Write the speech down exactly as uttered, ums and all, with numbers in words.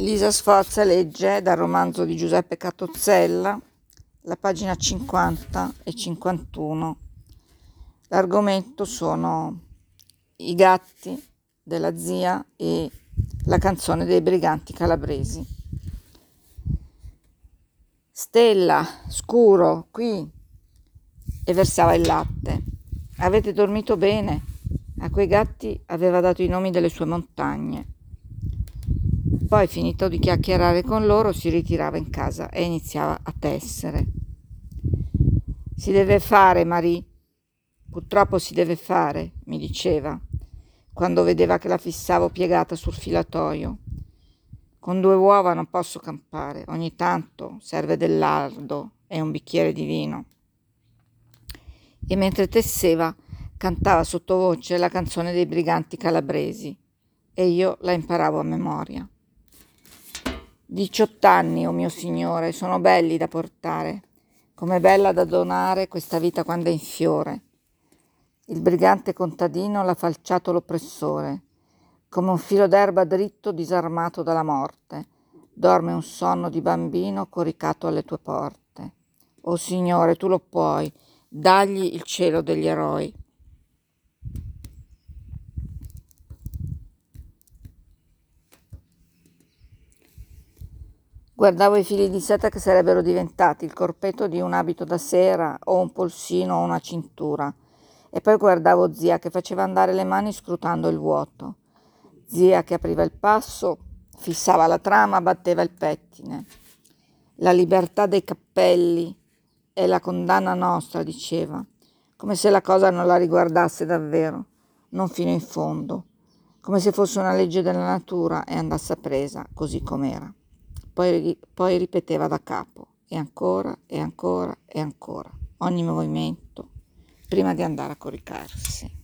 Lisa Sforza legge dal romanzo di Giuseppe Catozzella, la pagina cinquanta e cinquantuno. L'argomento sono i gatti della zia e la canzone dei briganti calabresi. Stella, scuro, qui, e versava il latte. Avete dormito bene? A quei gatti aveva dato i nomi delle sue montagne. Poi, finito di chiacchierare con loro, si ritirava in casa e iniziava a tessere. Si deve fare, Marie. Purtroppo si deve fare, mi diceva, quando vedeva che la fissavo piegata sul filatoio. Con due uova non posso campare, ogni tanto serve del lardo e un bicchiere di vino. E mentre tesseva, cantava sottovoce la canzone dei briganti calabresi e io la imparavo a memoria. Diciott'anni, o mio signore, sono belli da portare, com'è bella da donare questa vita quando è in fiore. Il brigante contadino l'ha falciato l'oppressore, come un filo d'erba dritto disarmato dalla morte, dorme un sonno di bambino coricato alle tue porte. O Signore, tu lo puoi, dagli il cielo degli eroi. Guardavo i fili di seta che sarebbero diventati il corpetto di un abito da sera o un polsino o una cintura. E poi guardavo zia che faceva andare le mani scrutando il vuoto. Zia che apriva il passo, fissava la trama, batteva il pettine. La libertà dei cappelli è la condanna nostra, diceva, come se la cosa non la riguardasse davvero, non fino in fondo, come se fosse una legge della natura e andasse presa così com'era. Poi, poi ripeteva da capo, e ancora, e ancora, e ancora, ogni movimento, prima di andare a coricarsi.